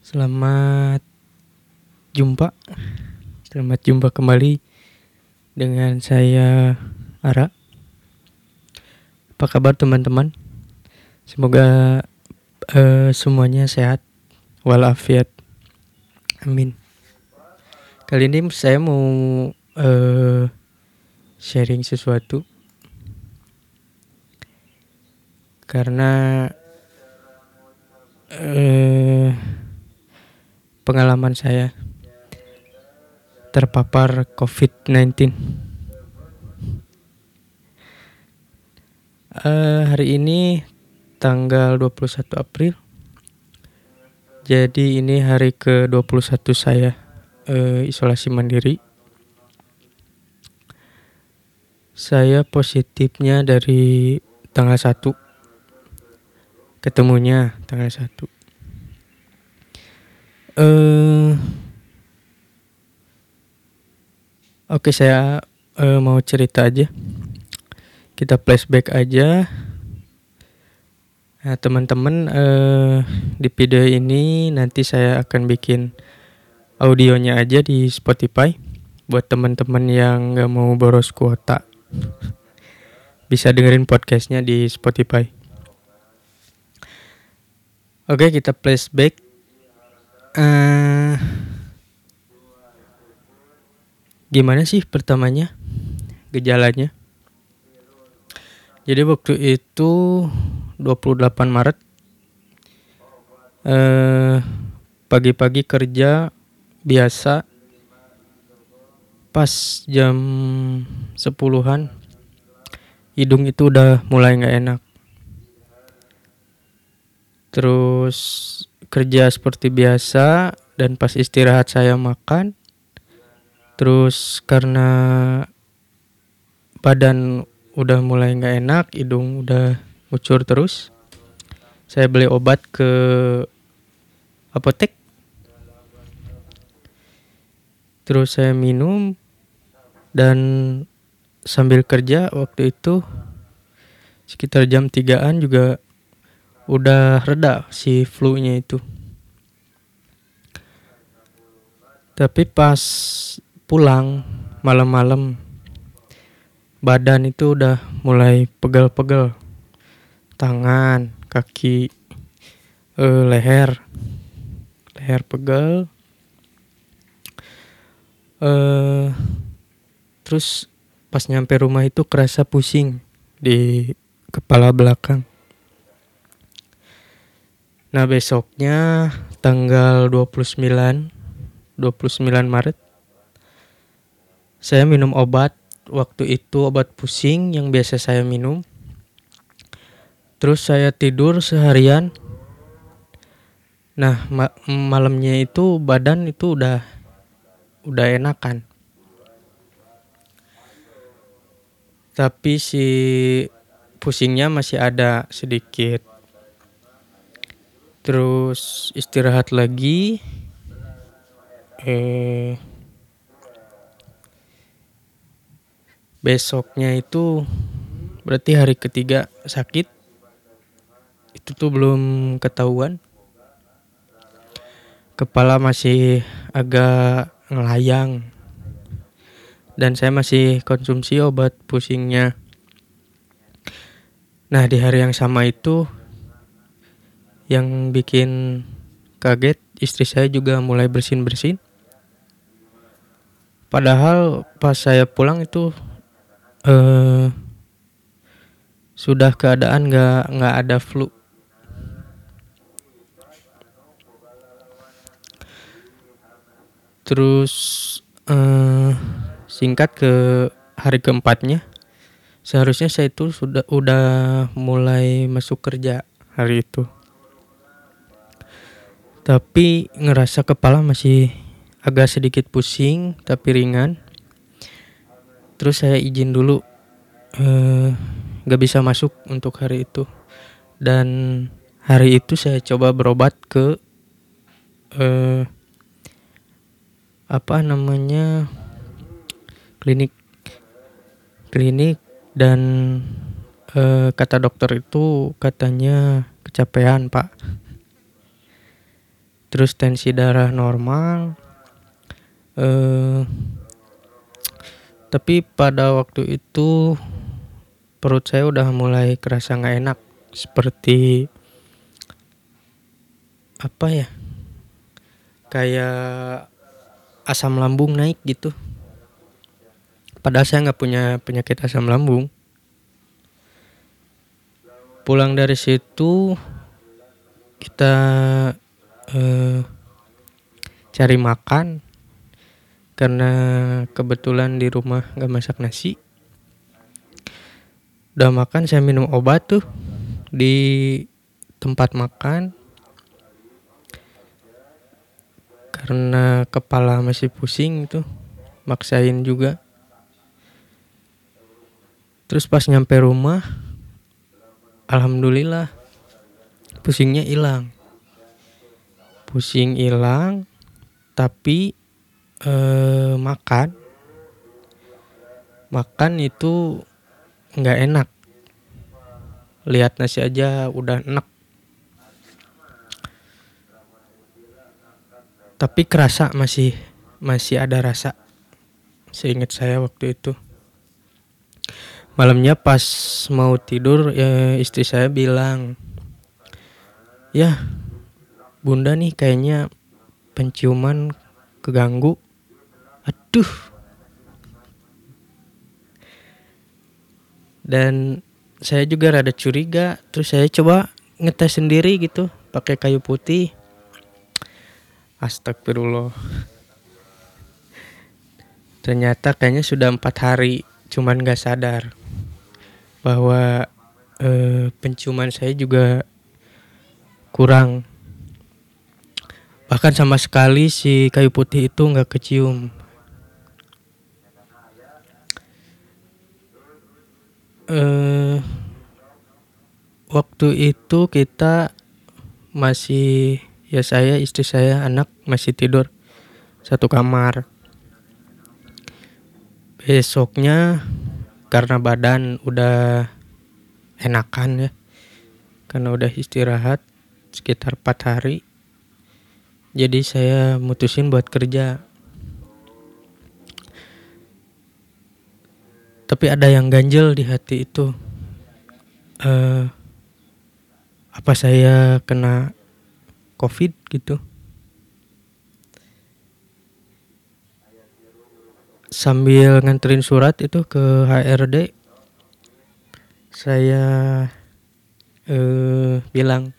Selamat jumpa, selamat jumpa kembali dengan saya Ara. Apa kabar teman-teman? Semoga semuanya sehat walafiat. Amin. Kali ini saya mau sharing sesuatu karena pengalaman saya terpapar COVID-19. Hari ini tanggal 21 April. Jadi ini hari ke-21 saya isolasi mandiri. Saya positifnya dari tanggal 1. Ketemunya tanggal 1. Oke, saya mau cerita aja. Kita flashback aja. Nah, teman-teman, di video ini nanti saya akan bikin audionya aja di Spotify. Buat teman-teman yang gak mau boros kuota, bisa dengerin podcastnya di Spotify. Oke, kita flashback. Gimana sih pertamanya gejalanya? Jadi waktu itu 28 Maret, pagi-pagi kerja biasa, pas jam 10-an hidung itu udah mulai gak enak. Terus kerja seperti biasa, dan pas istirahat saya makan. Terus karena badan udah mulai gak enak, hidung udah ngucur terus, saya beli obat ke apotek. Terus saya minum, dan sambil kerja waktu itu sekitar jam 3-an juga udah reda si flu-nya itu. Tapi pas pulang malam-malam, badan itu udah mulai pegel-pegel. Tangan, kaki, leher pegel. Terus pas nyampe rumah itu kerasa pusing di kepala belakang. Nah, besoknya tanggal 29 Maret, saya minum obat. Waktu itu obat pusing yang biasa saya minum. Terus saya tidur seharian. Nah, malamnya itu badan itu udah enakan. Tapi si pusingnya masih ada sedikit. Terus istirahat lagi. Besoknya itu berarti hari ketiga sakit. Itu tuh belum ketahuan. Kepala masih agak ngelayang, dan saya masih konsumsi obat pusingnya. Nah, di hari yang sama itu yang bikin kaget, istri saya juga mulai bersin-bersin. Padahal pas saya pulang itu sudah keadaan nggak ada flu. Terus singkat ke hari keempatnya, seharusnya saya itu udah mulai masuk kerja hari itu. Tapi ngerasa kepala masih agak sedikit pusing, tapi ringan. Terus saya izin dulu, gak bisa masuk untuk hari itu. Dan hari itu saya coba berobat ke klinik, dan kata dokter itu katanya kecapean, Pak. terus tensi darah normal. eh tapi pada waktu itu perut saya udah mulai kerasa nggak enak, seperti apa ya, kayak asam lambung naik gitu. Padahal saya nggak punya penyakit asam lambung. Pulang dari situ kita eh, cari makan, karena kebetulan di rumah nggak masak nasi. Udah makan, saya minum obat tuh di tempat makan karena kepala masih pusing tuh, maksain juga. Terus pas nyampe rumah, alhamdulillah pusingnya hilang. Pusing hilang, tapi makan itu nggak enak. Lihat nasi aja udah enak. Tapi kerasa masih ada rasa. Seingat saya waktu itu. Malamnya pas mau tidur, istri saya bilang, "Ya, Bunda nih kayaknya penciuman keganggu." Aduh. Dan saya juga rada curiga, terus saya coba ngetes sendiri gitu, pakai kayu putih. Astagfirullah. Ternyata kayaknya sudah 4 hari, cuman gak sadar bahwa penciuman saya juga kurang. Bahkan sama sekali si kayu putih itu gak kecium. Waktu itu kita masih, ya saya, istri saya, anak masih tidur satu kamar. Besoknya karena badan udah enakan ya, karena udah istirahat sekitar 4 hari, jadi saya mutusin buat kerja. Tapi ada yang ganjel di hati itu. Apa saya kena COVID gitu? Sambil nganterin surat itu ke HRD, saya bilang,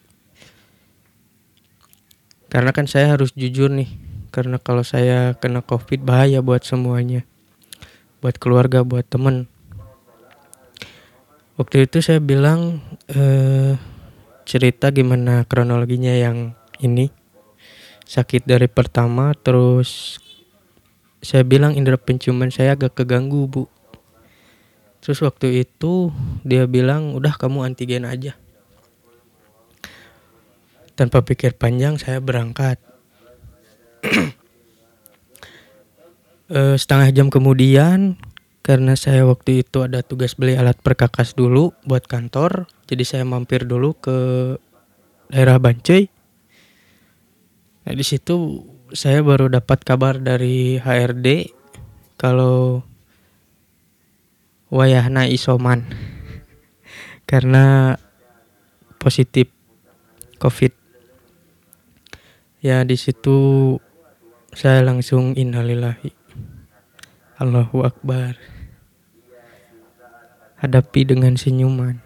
karena kan saya harus jujur nih, karena kalau saya kena COVID bahaya buat semuanya, buat keluarga, buat temen. Waktu itu saya bilang, cerita gimana kronologinya yang ini. Sakit dari pertama, terus saya bilang indera penciuman saya agak keganggu, Bu. Terus waktu itu dia bilang, udah kamu antigen aja. Tanpa pikir panjang saya berangkat. Setengah jam kemudian, karena saya waktu itu ada tugas beli alat perkakas dulu buat kantor, jadi saya mampir dulu ke daerah Bancai. Nah, di situ saya baru dapat kabar dari HRD kalau wayahna isoman karena positif COVID. Ya, di situ saya langsung innalillahi, Allahu Akbar. Hadapi dengan senyuman.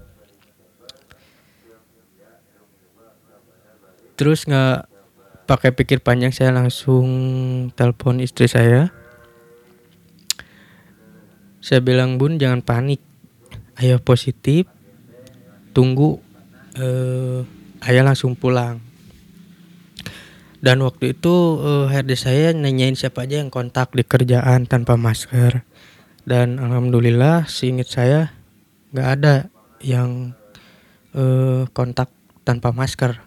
Terus nggak pakai pikir panjang, saya langsung telepon istri saya. Saya bilang, Bun, jangan panik. Ayah positif, tunggu ayah langsung pulang. Dan waktu itu HRD saya nanyain siapa aja yang kontak di kerjaan tanpa masker. Dan alhamdulillah seingat saya nggak ada yang kontak tanpa masker.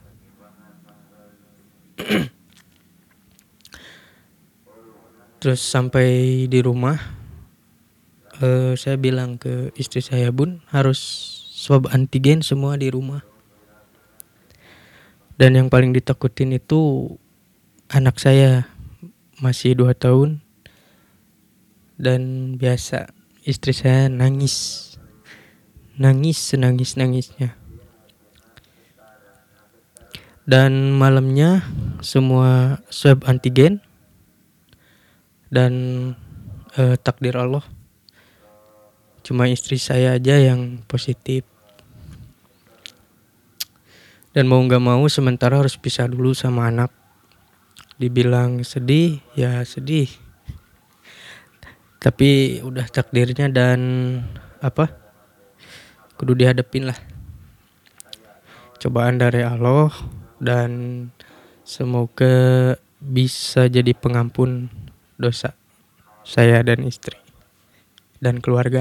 Terus sampai di rumah, saya bilang ke istri saya, Bun, harus swab antigen semua di rumah. Dan yang paling ditakutin itu anak saya masih 2 tahun, dan biasa istri saya nangis senangis-nangisnya. Dan malamnya semua swab antigen, dan takdir Allah cuma istri saya aja yang positif. Dan mau gak mau sementara harus pisah dulu sama anak. Dibilang sedih, ya sedih, tapi udah takdirnya dan kudu dihadapin lah, cobaan dari Allah. Dan semoga bisa jadi pengampun dosa saya dan istri dan keluarga.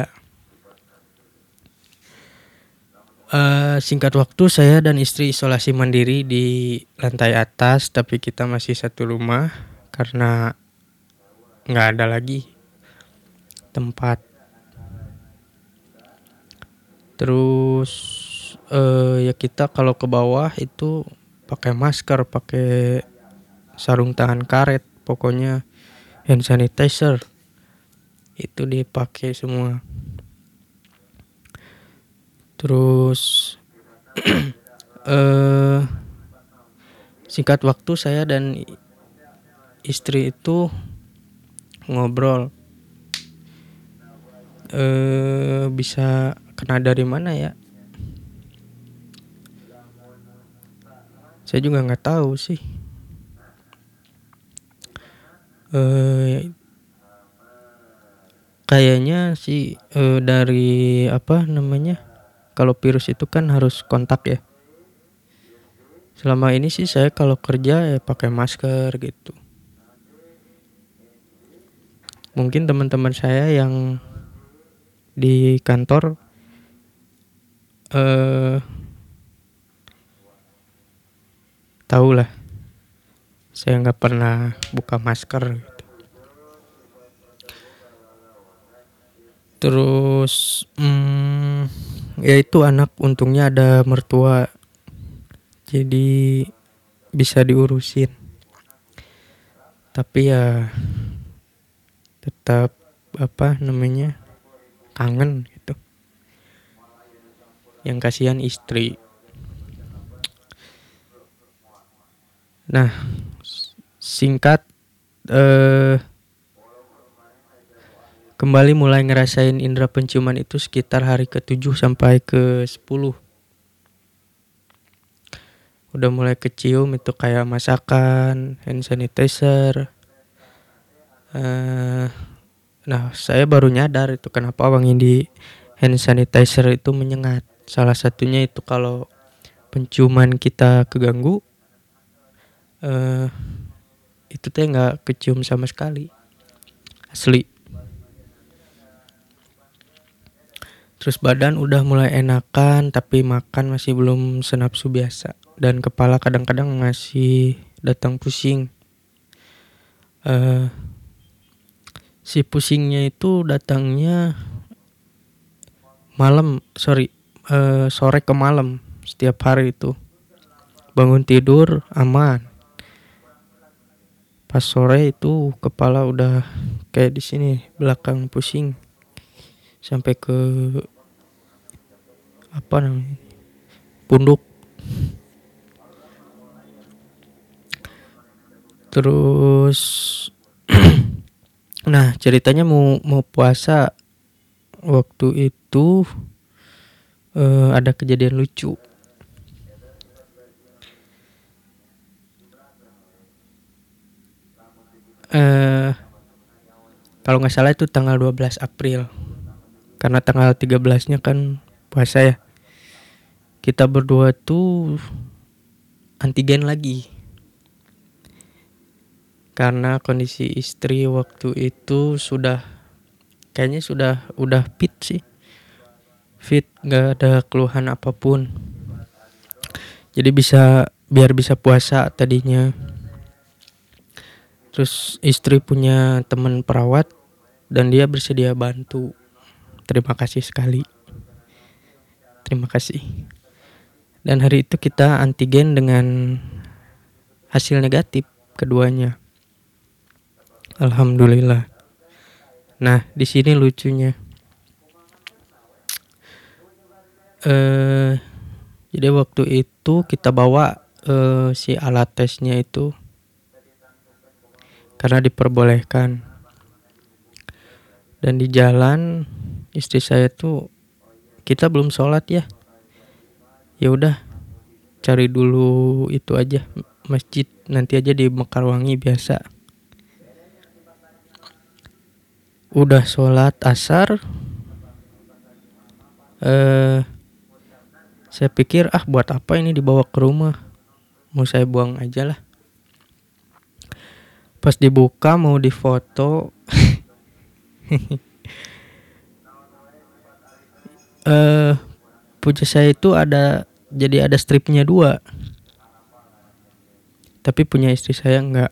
Singkat waktu saya dan istri isolasi mandiri di lantai atas, tapi kita masih satu rumah karena nggak ada lagi tempat. Terus ya kita kalau ke bawah itu pakai masker, pakai sarung tangan karet, pokoknya hand sanitizer itu dipakai semua. Terus singkat waktu saya dan istri itu ngobrol, bisa kena dari mana ya, saya juga nggak tahu sih. Kayaknya sih dari kalau virus itu kan harus kontak ya. Selama ini sih saya kalau kerja ya pakai masker gitu. Mungkin teman-teman saya yang di kantor tahu lah, saya nggak pernah buka masker gitu. Terus ya itu anak untungnya ada mertua, jadi bisa diurusin. Tapi ya tetap kangen gitu. Yang kasihan istri. Nah, singkat kembali mulai ngerasain indera penciuman itu sekitar hari ke-7 sampai ke-10. Udah mulai kecium itu kayak masakan, hand sanitizer. Nah, saya baru nyadar itu kenapa wangi di hand sanitizer itu menyengat. Salah satunya itu kalau penciuman kita keganggu, itu teh nggak kecium sama sekali, asli. Terus badan udah mulai enakan, tapi makan masih belum senapsu biasa. Dan kepala kadang-kadang masih datang pusing. Si pusingnya itu datangnya sore ke malam setiap hari itu. Bangun tidur aman, pas sore itu kepala udah kayak di sini belakang pusing sampai ke punduk. Terus nah ceritanya mau puasa waktu itu ada kejadian lucu. Kalau nggak salah itu tanggal 12 April, karena tanggal 13-nya kan puasa ya. Kita berdua tuh antigen lagi, karena kondisi istri waktu itu kayaknya udah fit, nggak ada keluhan apapun. Jadi biar bisa puasa tadinya. Terus istri punya teman perawat dan dia bersedia bantu. Terima kasih sekali. Terima kasih. Dan hari itu kita antigen dengan hasil negatif keduanya. Alhamdulillah. Nah, di sini lucunya. Jadi waktu itu kita bawa si alat tesnya itu karena diperbolehkan. Dan di jalan istri saya tuh, kita belum sholat ya. Ya udah, cari dulu itu aja masjid, nanti aja di Mekarwangi biasa. Udah sholat asar, saya pikir buat apa ini dibawa ke rumah, mau saya buang aja lah. Pas dibuka mau difoto, puja saya itu jadi ada stripnya 2, tapi punya istri saya enggak.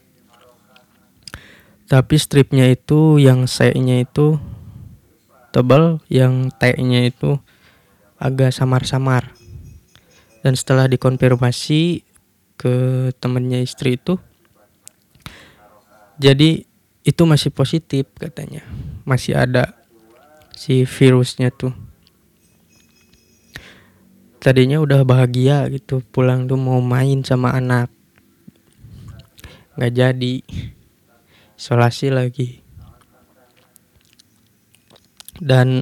Tapi stripnya itu yang C-nya itu tebal, yang T-nya itu agak samar-samar. Dan setelah dikonfirmasi ke temennya istri itu, jadi itu masih positif katanya, masih ada si virusnya tuh. Tadinya udah bahagia gitu, pulang tuh mau main sama anak, nggak jadi, isolasi lagi. Dan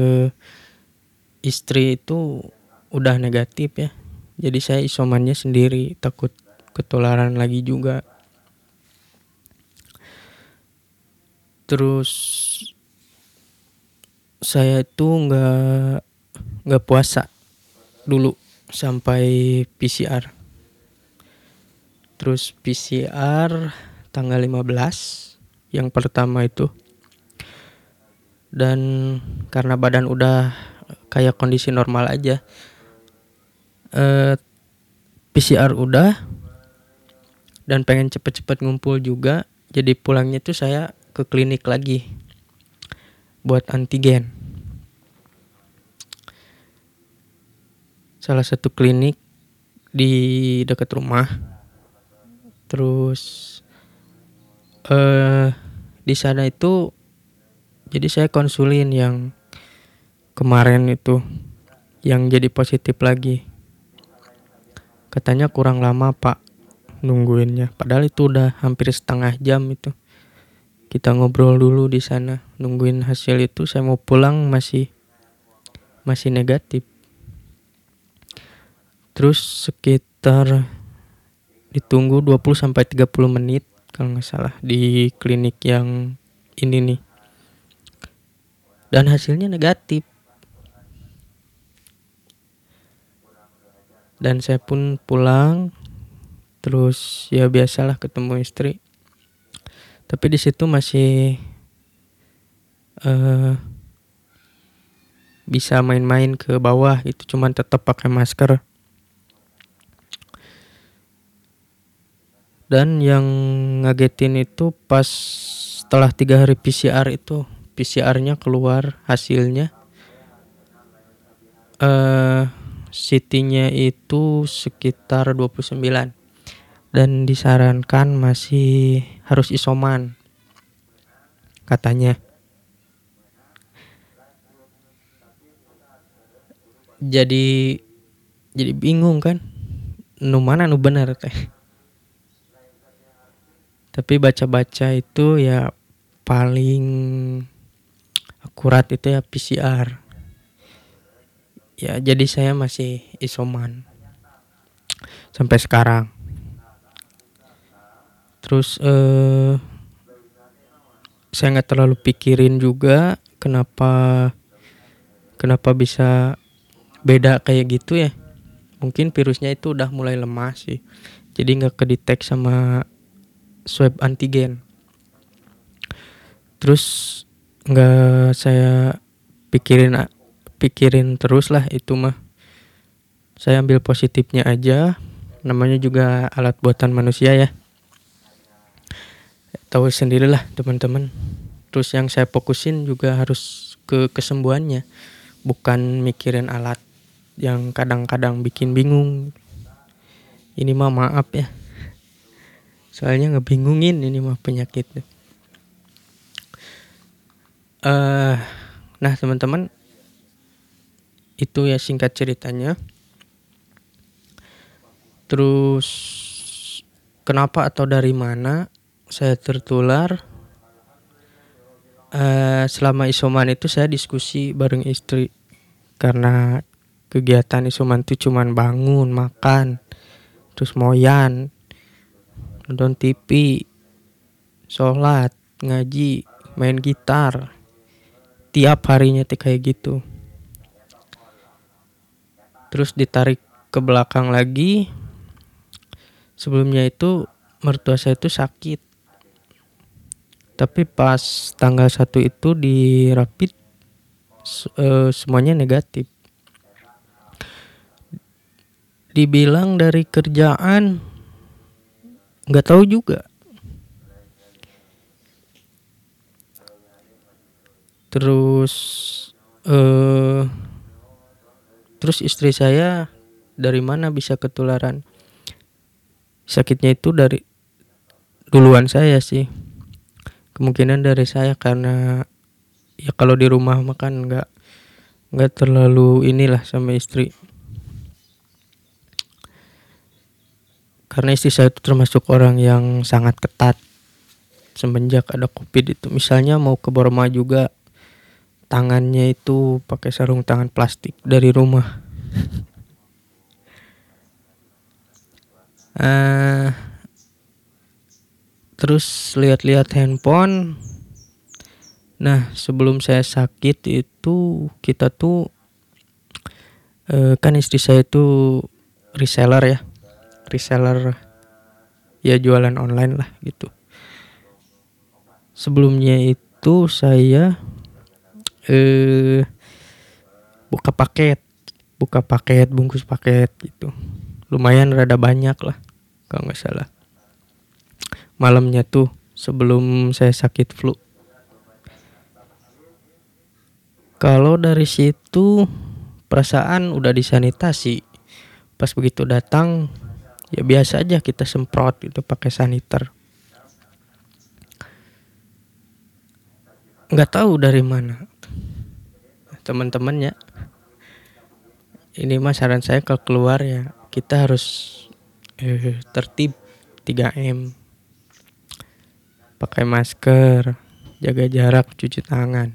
istri itu udah negatif ya, jadi saya isomannya sendiri, takut ketularan lagi juga. Terus saya itu nggak puasa dulu sampai PCR. Terus PCR tanggal 15 yang pertama itu. Dan karena badan udah kayak kondisi normal aja, PCR udah, dan pengen cepet-cepet ngumpul juga, jadi pulangnya tuh saya ke klinik lagi buat antigen. Salah satu klinik di dekat rumah. Terus di sana itu jadi saya konsulin yang kemarin itu yang jadi positif lagi. Katanya kurang lama Pak nungguinnya, padahal itu udah hampir setengah jam itu. Kita ngobrol dulu di sana, nungguin hasil itu. Saya mau pulang masih negatif. Terus sekitar ditunggu 20 sampai 30 menit kalau nggak salah di klinik yang ini nih. Dan hasilnya negatif. Dan saya pun pulang. Terus ya biasalah ketemu istri. Tapi di situ masih bisa main-main ke bawah itu, cuman tetap pakai masker. Dan yang ngagetin itu pas setelah 3 hari PCR itu, PCR-nya keluar hasilnya, CT-nya itu sekitar 29, dan disarankan masih harus isoman katanya. Jadi bingung kan, nu mana nu bener teh. Tapi baca-baca itu ya paling akurat itu ya PCR. Ya jadi saya masih isoman sampai sekarang. Terus saya nggak terlalu pikirin juga kenapa bisa beda kayak gitu ya. Mungkin virusnya itu udah mulai lemah sih, jadi nggak kedetek sama swab antigen. Terus nggak saya pikirin terus lah itu mah. Saya ambil positifnya aja, namanya juga alat buatan manusia ya, tahu sendirilah teman-teman. Terus yang saya fokusin juga harus ke kesembuhannya, bukan mikirin alat yang kadang-kadang bikin bingung. Ini mah maaf ya, soalnya ngebingungin ini mah penyakitnya. Nah teman-teman, itu ya singkat ceritanya. Terus kenapa atau dari mana saya tertular? Selama isoman itu saya diskusi bareng istri, karena kegiatan isoman itu cuman bangun, makan, terus moyan, nonton TV, sholat, ngaji, main gitar, tiap harinya kayak gitu. Terus ditarik ke belakang lagi, sebelumnya itu mertua saya itu sakit, tapi pas tanggal 1 itu di rapid semuanya negatif. Dibilang dari kerjaan, nggak tahu juga. Terus istri saya dari mana bisa ketularan? Sakitnya itu dari duluan saya sih. Kemungkinan dari saya, karena ya kalau di rumah makan nggak terlalu inilah sama istri. Karena istri saya itu termasuk orang yang sangat ketat semenjak ada COVID itu. Misalnya mau ke Borma juga, tangannya itu pakai sarung tangan plastik dari rumah. Terus lihat-lihat handphone. Nah sebelum saya sakit itu kita tuh kan istri saya itu reseller ya, jualan online lah gitu. Sebelumnya itu saya buka paket, bungkus paket gitu. Lumayan rada banyak lah kalau nggak salah. Malamnya tuh sebelum saya sakit flu. Kalau dari situ perasaan udah disanitasi. Pas begitu datang ya biasa aja kita semprot itu pakai saniter. Nggak tahu dari mana teman-temannya. Ini mah saran saya kalau keluar ya kita harus tertib 3M. Pakai masker, jaga jarak, cuci tangan.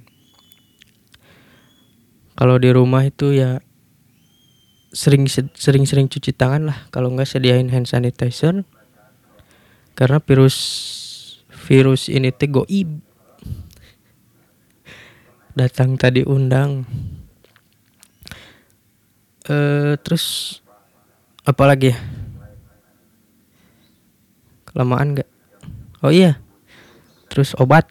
Kalau di rumah itu ya sering-sering cuci tangan lah. Kalau nggak sediain hand sanitizer, karena virus ini teh goib, datang tadi undang. Terus apalagi ya, kelamaan nggak? Oh iya, terus obat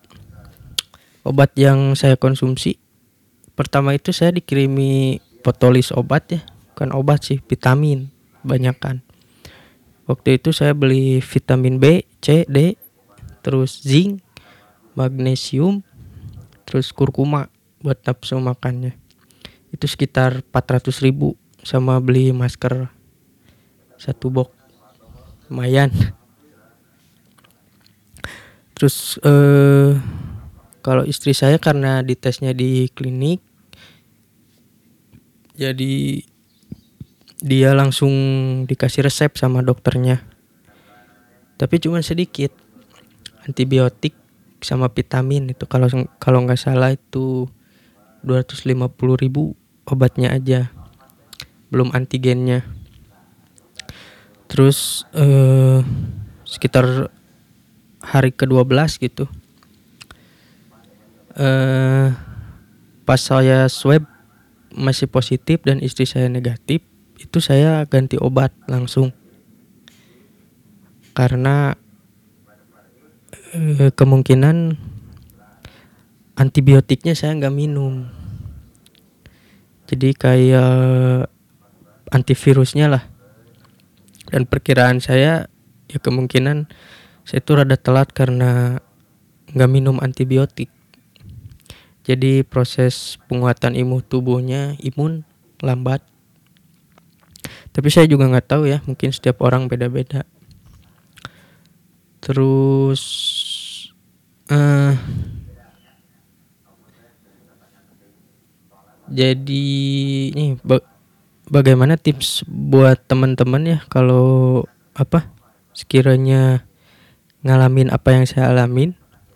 yang saya konsumsi. Pertama itu saya dikirimi potolis obat ya, bukan obat sih, vitamin banyakan. Waktu itu saya beli vitamin B, C, D, terus zinc, magnesium, terus kurkuma buat nafsu makannya. Itu sekitar 400.000, sama beli masker 1 box, lumayan. Terus kalau istri saya karena ditesnya di klinik, jadi dia langsung dikasih resep sama dokternya. Tapi cuma sedikit, antibiotik sama vitamin itu kalau nggak salah itu 250.000 obatnya aja, belum antigennya. Terus sekitar hari ke-12 gitu, pas saya swab masih positif dan istri saya negatif, itu saya ganti obat langsung. Karena kemungkinan antibiotiknya saya nggak minum, jadi kayak antivirusnya lah. Dan perkiraan saya ya kemungkinan saya itu rada telat karena nggak minum antibiotik. Jadi proses penguatan imun tubuhnya lambat. Tapi saya juga nggak tahu ya, mungkin setiap orang beda-beda. Terus eh jadi nih bagaimana tips buat teman-teman ya kalau apa sekiranya ngalamin apa yang saya alamin.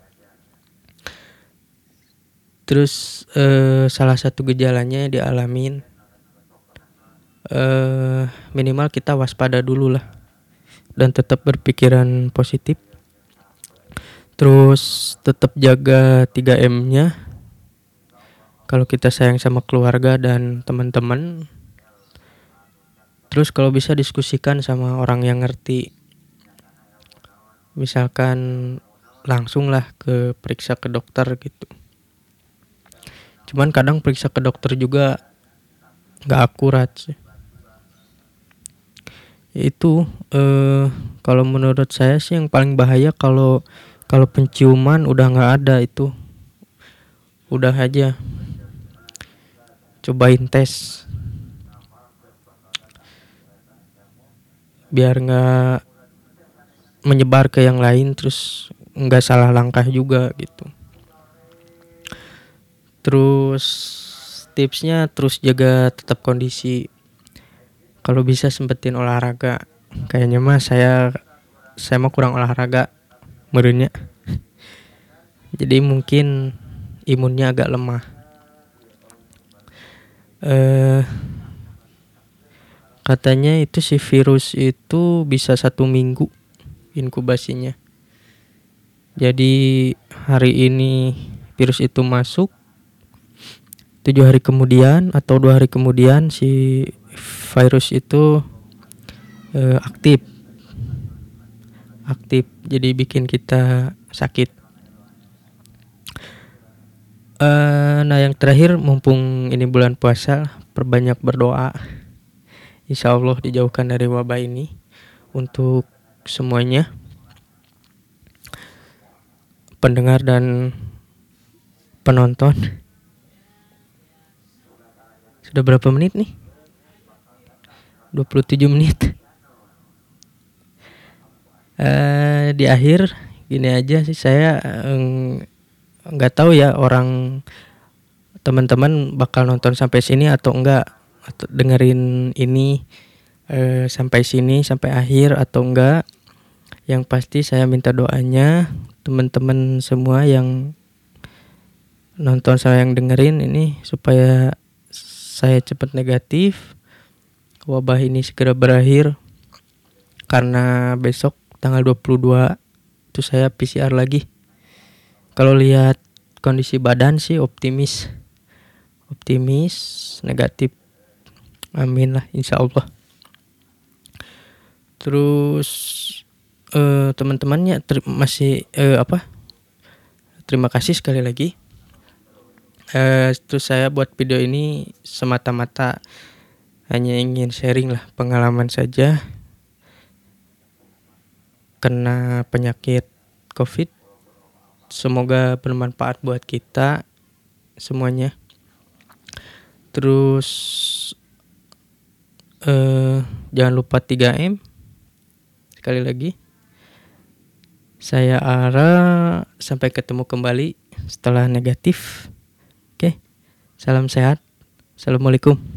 Terus salah satu gejalanya dialamin, minimal kita waspada dulu lah dan tetap berpikiran positif. Terus tetap jaga 3M-nya. Kalau kita sayang sama keluarga dan teman-teman, terus kalau bisa diskusikan sama orang yang ngerti. Misalkan langsung lah periksa ke dokter gitu. Cuman kadang periksa ke dokter juga nggak akurat sih. Itu kalau menurut saya sih yang paling bahaya kalau penciuman udah nggak ada, itu udah aja cobain tes biar nggak menyebar ke yang lain, terus nggak salah langkah juga gitu. Terus tipsnya terus jaga tetap kondisi. Kalau bisa sempetin olahraga. Kayaknya mah saya mah kurang olahraga merenya. Jadi mungkin imunnya agak lemah. Katanya itu si virus itu bisa 1 minggu inkubasinya. Jadi hari ini virus itu masuk, 7 hari kemudian atau 2 hari kemudian si virus itu aktif, jadi bikin kita sakit. Nah yang terakhir, mumpung ini bulan puasa, perbanyak berdoa, insya Allah dijauhkan dari wabah ini untuk semuanya, pendengar dan penonton. Sudah berapa menit nih? 27 menit. Di akhir gini aja sih, saya nggak tahu ya orang teman-teman bakal nonton sampai sini atau enggak, atau dengerin ini sampai sini sampai akhir atau enggak. Yang pasti saya minta doanya teman-teman semua yang nonton, saya yang dengerin ini, supaya saya cepat negatif, wabah ini segera berakhir. Karena besok tanggal 22 itu saya PCR lagi. Kalau lihat kondisi badan sih optimis negatif. Amin lah, insya Allah. Terus teman-temannya terima kasih sekali lagi. Terus saya buat video ini semata-mata hanya ingin sharing lah pengalaman saja kena penyakit COVID. Semoga bermanfaat buat kita semuanya. Terus jangan lupa 3M. Sekali lagi, saya Ara, sampai ketemu kembali setelah negatif. Oke, salam sehat. Assalamualaikum.